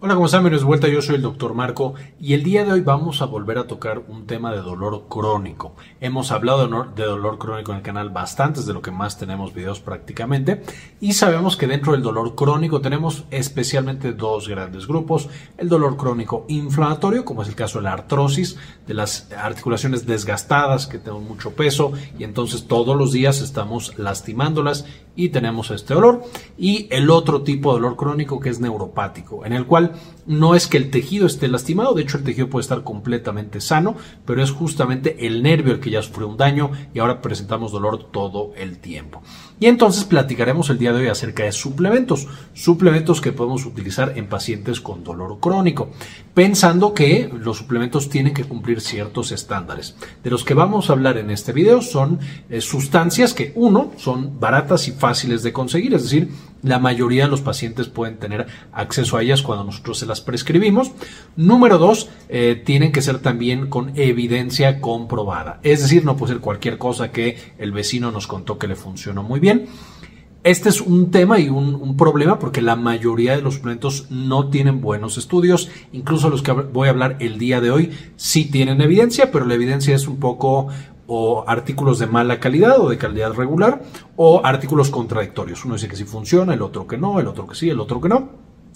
Hola, ¿cómo están? Bienvenidos de vuelta, yo soy el Dr. Marco y el día de hoy vamos a volver a tocar un tema de dolor crónico. Hemos hablado de dolor crónico en el canal bastantes, de lo que más tenemos videos prácticamente, y sabemos que dentro del dolor crónico tenemos especialmente dos grandes grupos: el dolor crónico inflamatorio, como es el caso de la artrosis, de las articulaciones desgastadas que tenemos mucho peso y entonces todos los días estamos lastimándolas y tenemos este dolor, y el otro tipo de dolor crónico que es neuropático, en el cual no es que el tejido esté lastimado, de hecho el tejido puede estar completamente sano, pero es justamente el nervio el que ya sufrió un daño y ahora presentamos dolor todo el tiempo. Y entonces platicaremos el día de hoy acerca de suplementos que podemos utilizar en pacientes con dolor crónico, pensando que los suplementos tienen que cumplir ciertos estándares. De los que vamos a hablar en este video son sustancias que, uno, son baratas y fáciles de conseguir, es decir, la mayoría de los pacientes pueden tener acceso a ellas cuando nosotros se las prescribimos. Número dos, tienen que ser también con evidencia comprobada. Es decir, no puede ser cualquier cosa que el vecino nos contó que le funcionó muy bien. Este es un tema y un problema porque la mayoría de los suplementos no tienen buenos estudios. Incluso los que voy a hablar el día de hoy sí tienen evidencia, pero la evidencia es un poco o artículos de mala calidad o de calidad regular, o artículos contradictorios. Uno dice que sí funciona, el otro que no, el otro que sí, el otro que no.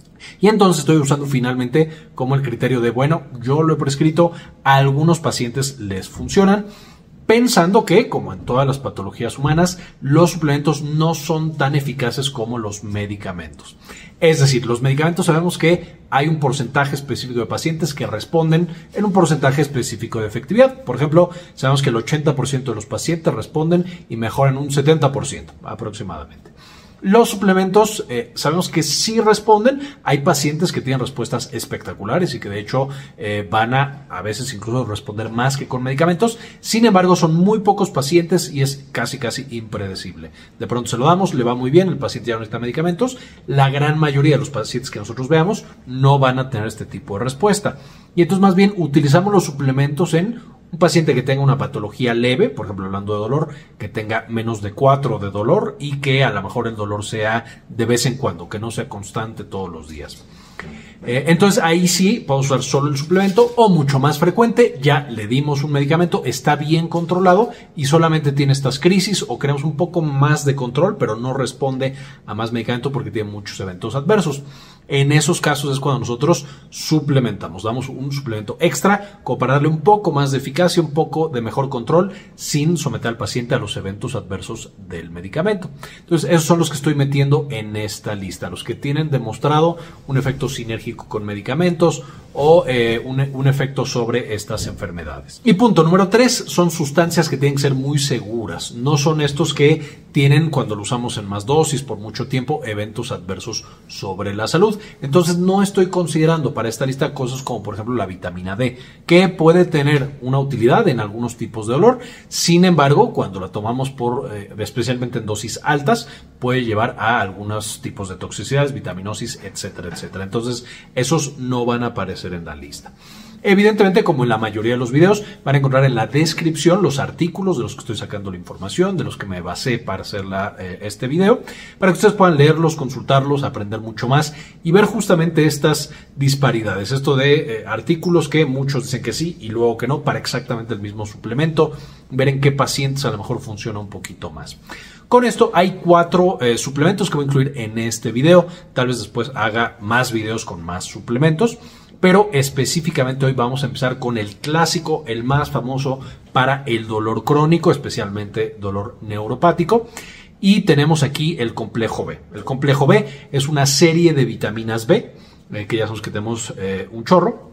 Y entonces estoy usando finalmente como el criterio de, bueno, yo lo he prescrito, a algunos pacientes les funcionan, pensando que, como en todas las patologías humanas, los suplementos no son tan eficaces como los medicamentos. Es decir, los medicamentos sabemos que hay un porcentaje específico de pacientes que responden en un porcentaje específico de efectividad. Por ejemplo, sabemos que el 80% de los pacientes responden y mejoran un 70% aproximadamente. Los suplementos sabemos que sí responden. Hay pacientes que tienen respuestas espectaculares y que de hecho van a veces incluso responder más que con medicamentos. Sin embargo, son muy pocos pacientes y es casi impredecible. De pronto se lo damos, le va muy bien, el paciente ya no necesita medicamentos. La gran mayoría de los pacientes que nosotros veamos no van a tener este tipo de respuesta. Y entonces más bien utilizamos los suplementos en un paciente que tenga una patología leve, por ejemplo, hablando de dolor, que tenga menos de 4 de dolor y que a lo mejor el dolor sea de vez en cuando, que no sea constante todos los días. Entonces ahí sí podemos usar solo el suplemento, o mucho más frecuente, ya le dimos un medicamento, está bien controlado y solamente tiene estas crisis o queremos un poco más de control, pero no responde a más medicamento porque tiene muchos eventos adversos. En esos casos es cuando nosotros suplementamos, damos un suplemento extra como para darle un poco más de eficacia, un poco de mejor control sin someter al paciente a los eventos adversos del medicamento. Entonces esos son los que estoy metiendo en esta lista, los que tienen demostrado un efecto sinérgico con medicamentos o un efecto sobre estas enfermedades. Y punto número 3, son sustancias que tienen que ser muy seguras. No son estos que tienen, cuando lo usamos en más dosis por mucho tiempo, eventos adversos sobre la salud. Entonces no estoy considerando para esta lista cosas como por ejemplo la vitamina D, que puede tener una utilidad en algunos tipos de dolor. Sin embargo, cuando la tomamos especialmente en dosis altas, puede llevar a algunos tipos de toxicidades, vitaminosis, etcétera, etcétera. Entonces esos no van a aparecer en la lista. Evidentemente, como en la mayoría de los videos, van a encontrar en la descripción los artículos de los que estoy sacando la información, de los que me basé para hacer este video, para que ustedes puedan leerlos, consultarlos, aprender mucho más y ver justamente estas disparidades. Esto de artículos que muchos dicen que sí y luego que no, para exactamente el mismo suplemento, ver en qué pacientes a lo mejor funciona un poquito más. Con esto hay 4 suplementos que voy a incluir en este video. Tal vez después haga más videos con más suplementos, pero específicamente hoy vamos a empezar con el clásico, el más famoso para el dolor crónico, especialmente dolor neuropático. Y tenemos aquí el complejo B. El complejo B es una serie de vitaminas B, que ya sabemos que tenemos un chorro.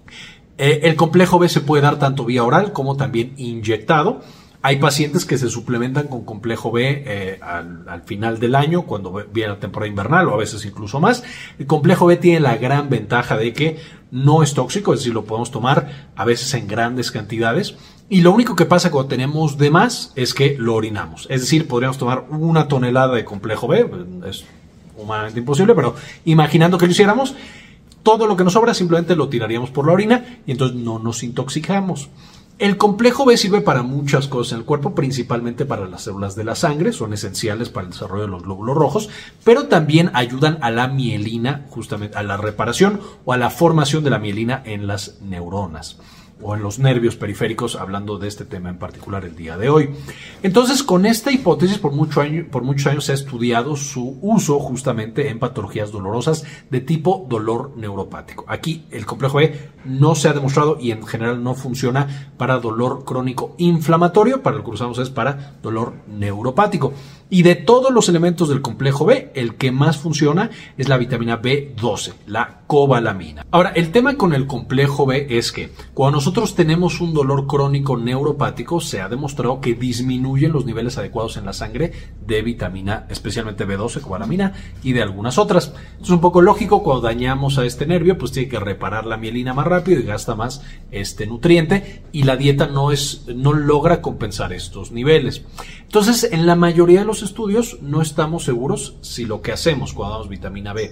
El complejo B se puede dar tanto vía oral como también inyectado. Hay pacientes que se suplementan con complejo B al final del año, cuando viene la temporada invernal o a veces incluso más. El complejo B tiene la gran ventaja de que no es tóxico, es decir, lo podemos tomar a veces en grandes cantidades. Y lo único que pasa cuando tenemos de más es que lo orinamos. Es decir, podríamos tomar 1 tonelada de complejo B, es humanamente imposible, pero imaginando que lo hiciéramos, todo lo que nos sobra simplemente lo tiraríamos por la orina y entonces no nos intoxicamos. El complejo B sirve para muchas cosas en el cuerpo, principalmente para las células de la sangre, son esenciales para el desarrollo de los glóbulos rojos, pero también ayudan a la mielina, justamente a la reparación o a la formación de la mielina en las neuronas o en los nervios periféricos, hablando de este tema en particular el día de hoy. Entonces, con esta hipótesis, por muchos años se ha estudiado su uso justamente en patologías dolorosas de tipo dolor neuropático. Aquí el complejo B no se ha demostrado y en general no funciona para dolor crónico inflamatorio, para lo que usamos es para dolor neuropático. Y de todos los elementos del complejo B, el que más funciona es la vitamina B12, la cobalamina. Ahora, el tema con el complejo B es que cuando nosotros tenemos un dolor crónico neuropático, se ha demostrado que disminuyen los niveles adecuados en la sangre de vitamina, especialmente B12, cobalamina y de algunas otras. Es un poco lógico, cuando dañamos a este nervio, pues tiene que reparar la mielina más rápido y gasta más este nutriente y la dieta no logra compensar estos niveles. Entonces, en la mayoría de los estudios no estamos seguros si lo que hacemos cuando damos vitamina B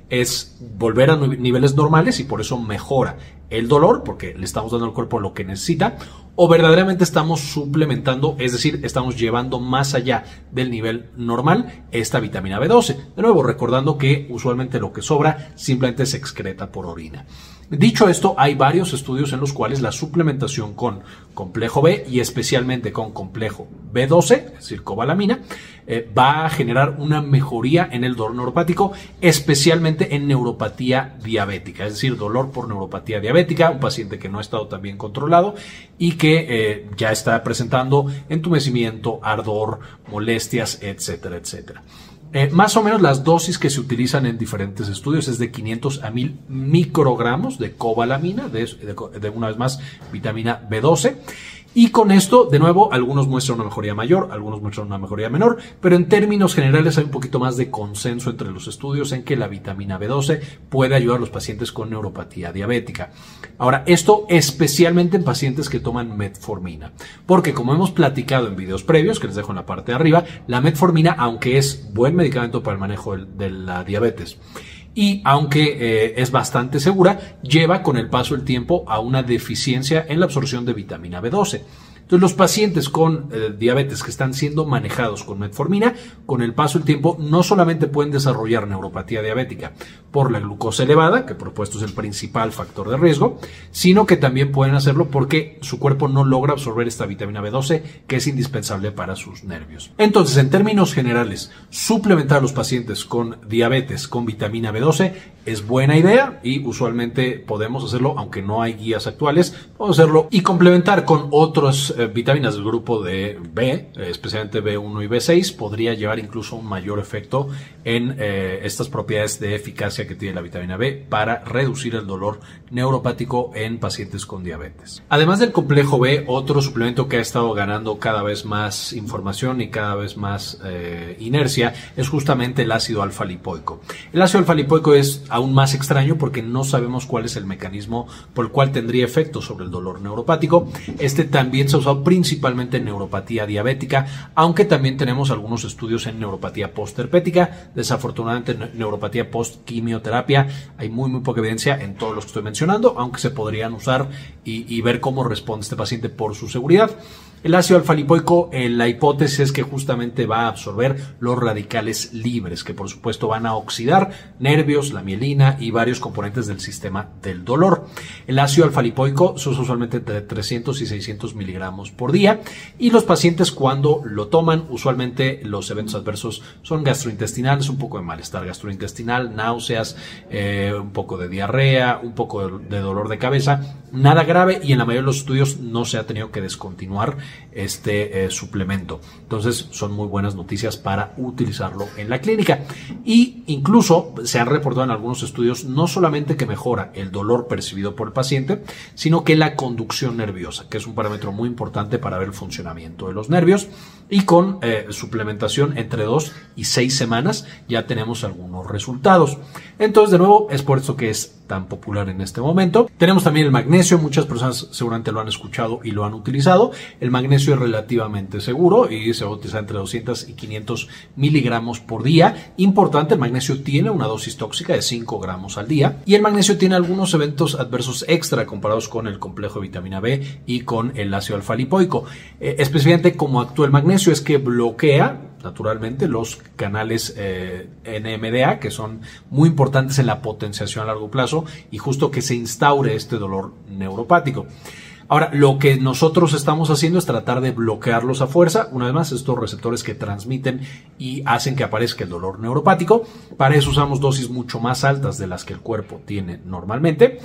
es volver a niveles normales y por eso mejora el dolor, porque le estamos dando al cuerpo lo que necesita, o verdaderamente estamos suplementando, es decir, estamos llevando más allá del nivel normal esta vitamina B12. De nuevo, recordando que usualmente lo que sobra simplemente se excreta por orina. Dicho esto, hay varios estudios en los cuales la suplementación con complejo B y especialmente con complejo B12, es decir, cobalamina, va a generar una mejoría en el dolor neuropático, especialmente en neuropatía diabética, es decir, dolor por neuropatía diabética, un paciente que no ha estado tan bien controlado y que ya está presentando entumecimiento, ardor, molestias, etcétera, etcétera. Más o menos las dosis que se utilizan en diferentes estudios es de 500 a 1000 microgramos de cobalamina, de una vez más vitamina B12. Y con esto, de nuevo, algunos muestran una mejoría mayor, algunos muestran una mejoría menor, pero en términos generales hay un poquito más de consenso entre los estudios en que la vitamina B12 puede ayudar a los pacientes con neuropatía diabética. Ahora, esto especialmente en pacientes que toman metformina, porque como hemos platicado en videos previos, que les dejo en la parte de arriba, la metformina, aunque es buen medicamento para el manejo de la diabetes, y aunque es bastante segura, lleva con el paso del tiempo a una deficiencia en la absorción de vitamina B12. Entonces, los pacientes con diabetes que están siendo manejados con metformina, con el paso del tiempo, no solamente pueden desarrollar neuropatía diabética por la glucosa elevada, que por supuesto es el principal factor de riesgo, sino que también pueden hacerlo porque su cuerpo no logra absorber esta vitamina B12, que es indispensable para sus nervios. Entonces, en términos generales, suplementar a los pacientes con diabetes con vitamina B12 es buena idea y usualmente podemos hacerlo, aunque no hay guías actuales, podemos hacerlo y complementar con otras vitaminas del grupo de B, especialmente B1 y B6, podría llevar incluso un mayor efecto en estas propiedades de eficacia que tiene la vitamina B para reducir el dolor neuropático en pacientes con diabetes. Además del complejo B, otro suplemento que ha estado ganando cada vez más información y cada vez más inercia es justamente el ácido alfa-lipoico. El ácido alfa-lipoico es aún más extraño porque no sabemos cuál es el mecanismo por el cual tendría efecto sobre el dolor neuropático. Este también se ha usado principalmente en neuropatía diabética, aunque también tenemos algunos estudios en neuropatía postherpética. Desafortunadamente, en neuropatía post-quimioterapia hay muy poca evidencia en todos los que estoy mencionando, aunque se podrían usar y ver cómo responde este paciente por su seguridad. El ácido alfa-lipoico, la hipótesis es que justamente va a absorber los radicales libres, que por supuesto van a oxidar nervios, la mielina y varios componentes del sistema del dolor. El ácido alfa-lipoico se usa usualmente entre 300 y 600 miligramos por día y los pacientes cuando lo toman, usualmente los eventos adversos son gastrointestinales, un poco de malestar gastrointestinal, náuseas, un poco de diarrea, un poco de dolor de cabeza, nada grave y en la mayoría de los estudios no se ha tenido que descontinuar este suplemento. Entonces son muy buenas noticias para utilizarlo en la clínica y incluso se han reportado en algunos estudios no solamente que mejora el dolor percibido por el paciente, sino que la conducción nerviosa, que es un parámetro muy importante para ver el funcionamiento de los nervios, y con suplementación entre 2 y 6 semanas ya tenemos algunos resultados. Entonces, de nuevo, es por eso que es tan popular en este momento. Tenemos también el magnesio, muchas personas seguramente lo han escuchado y lo han utilizado. El magnesio es relativamente seguro y se va a utilizar entre 200 y 500 miligramos por día. Importante, el magnesio tiene una dosis tóxica de 5 gramos al día y el magnesio tiene algunos eventos adversos extra comparados con el complejo de vitamina B y con el ácido alfa-lipoico. Específicamente, como actúa el magnesio es que bloquea naturalmente los canales NMDA, que son muy importantes en la potenciación a largo plazo y justo que se instaure este dolor neuropático. Ahora, lo que nosotros estamos haciendo es tratar de bloquearlos a fuerza, una vez más, estos receptores que transmiten y hacen que aparezca el dolor neuropático. Para eso usamos dosis mucho más altas de las que el cuerpo tiene normalmente.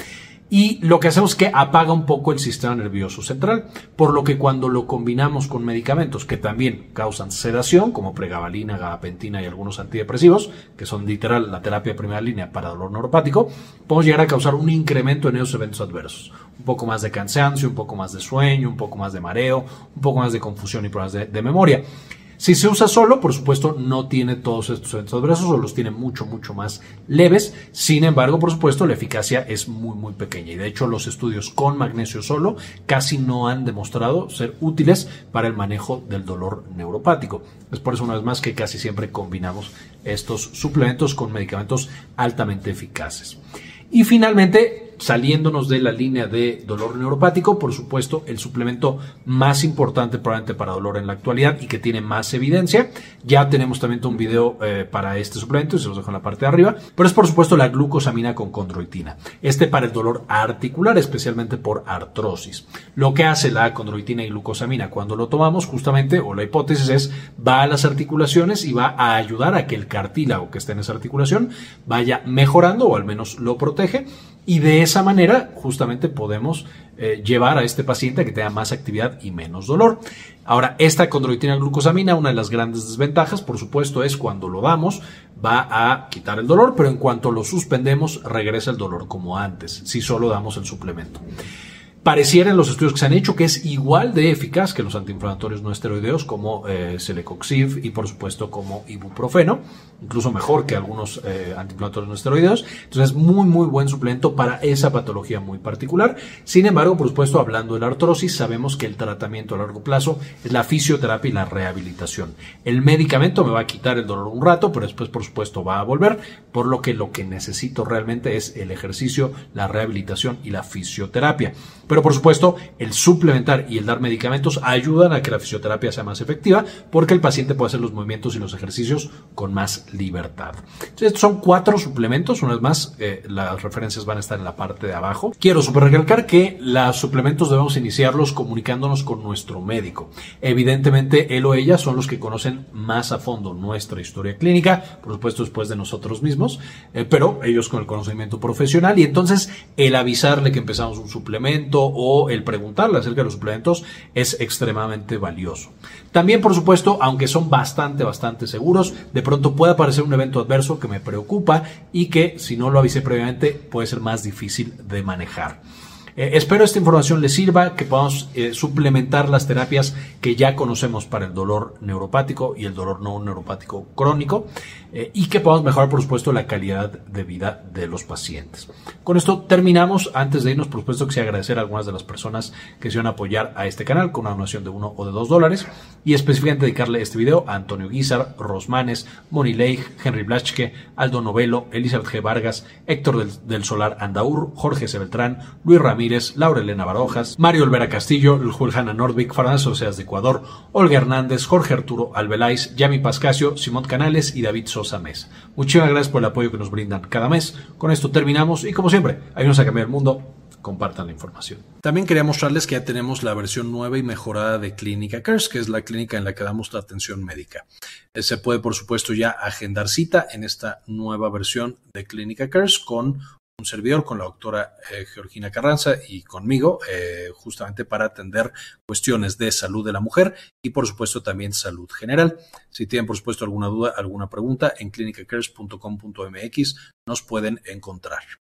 Y lo que hacemos es que apaga un poco el sistema nervioso central, por lo que cuando lo combinamos con medicamentos que también causan sedación, como pregabalina, gabapentina y algunos antidepresivos, que son literal la terapia de primera línea para dolor neuropático, podemos llegar a causar un incremento en esos eventos adversos. Un poco más de cansancio, un poco más de sueño, un poco más de mareo, un poco más de confusión y problemas de memoria. Si se usa solo, por supuesto, no tiene todos estos eventos adversos o los tiene mucho más leves. Sin embargo, por supuesto, la eficacia es muy pequeña. Y de hecho, los estudios con magnesio solo casi no han demostrado ser útiles para el manejo del dolor neuropático. Es por eso, una vez más, que casi siempre combinamos estos suplementos con medicamentos altamente eficaces. Y finalmente, saliéndonos de la línea de dolor neuropático, por supuesto, el suplemento más importante probablemente para dolor en la actualidad y que tiene más evidencia. Ya tenemos también un video para este suplemento y se los dejo en la parte de arriba, pero es por supuesto la glucosamina con condroitina. Para el dolor articular, especialmente por artrosis. Lo que hace la condroitina y glucosamina cuando lo tomamos, justamente, o la hipótesis es, va a las articulaciones y va a ayudar a que el cartílago que esté en esa articulación vaya mejorando o al menos lo protege. Y de esa manera justamente podemos llevar a este paciente a que tenga más actividad y menos dolor. Ahora, esta condroitina glucosamina, una de las grandes desventajas, por supuesto, es cuando lo damos, va a quitar el dolor, pero en cuanto lo suspendemos, regresa el dolor como antes, si solo damos el suplemento. Pareciera en los estudios que se han hecho que es igual de eficaz que los antiinflamatorios no esteroideos como Celecoxib y por supuesto como ibuprofeno, incluso mejor que algunos antiinflamatorios no esteroideos. Entonces es muy buen suplemento para esa patología muy particular. Sin embargo, por supuesto, hablando de la artrosis, sabemos que el tratamiento a largo plazo es la fisioterapia y la rehabilitación. El medicamento me va a quitar el dolor un rato, pero después por supuesto va a volver, por lo que necesito realmente es el ejercicio, la rehabilitación y la fisioterapia. Pero por supuesto, el suplementar y el dar medicamentos ayudan a que la fisioterapia sea más efectiva porque el paciente puede hacer los movimientos y los ejercicios con más libertad. Entonces, estos son 4 suplementos. Una vez más, las referencias van a estar en la parte de abajo. Quiero recalcar que los suplementos debemos iniciarlos comunicándonos con nuestro médico. Evidentemente, él o ella son los que conocen más a fondo nuestra historia clínica, por supuesto después de nosotros mismos, pero ellos con el conocimiento profesional y entonces el avisarle que empezamos un suplemento o el preguntarle acerca de los suplementos es extremadamente valioso. También, por supuesto, aunque son bastante seguros, de pronto puede aparecer un evento adverso que me preocupa y que si no lo avisé previamente puede ser más difícil de manejar. Espero esta información les sirva, que podamos suplementar las terapias que ya conocemos para el dolor neuropático y el dolor no neuropático crónico y que podamos mejorar, por supuesto, la calidad de vida de los pacientes. Con esto terminamos. Antes de irnos, por supuesto, quisiera agradecer a algunas de las personas que se van a apoyar a este canal con una donación de $1 o de $2 y específicamente dedicarle este video a Antonio Guizar, Rosmanes, Moni Leigh, Henry Blaschke, Aldo Novelo, Elizabeth G. Vargas, Héctor del Solar Andaur, Jorge C. Beltrán, Luis Ramírez, Laura Elena Barojas, Mario Olvera Castillo, Juliana Nordvik, Fernando Oseas de Ecuador, Olga Hernández, Jorge Arturo Albeláiz, Yami Pascasio, Simón Canales y David Sosa Mesa. Muchísimas gracias por el apoyo que nos brindan cada mes. Con esto terminamos y como siempre, ayúdenos a cambiar el mundo. Compartan la información. También quería mostrarles que ya tenemos la versión nueva y mejorada de Clínica Cares, que es la clínica en la que damos la atención médica. Se puede, por supuesto, ya agendar cita en esta nueva versión de Clínica Cares con un servidor, con la doctora Georgina Carranza y conmigo, justamente para atender cuestiones de salud de la mujer y, por supuesto, también salud general. Si tienen, por supuesto, alguna duda, alguna pregunta, en clinicacares.com.mx nos pueden encontrar.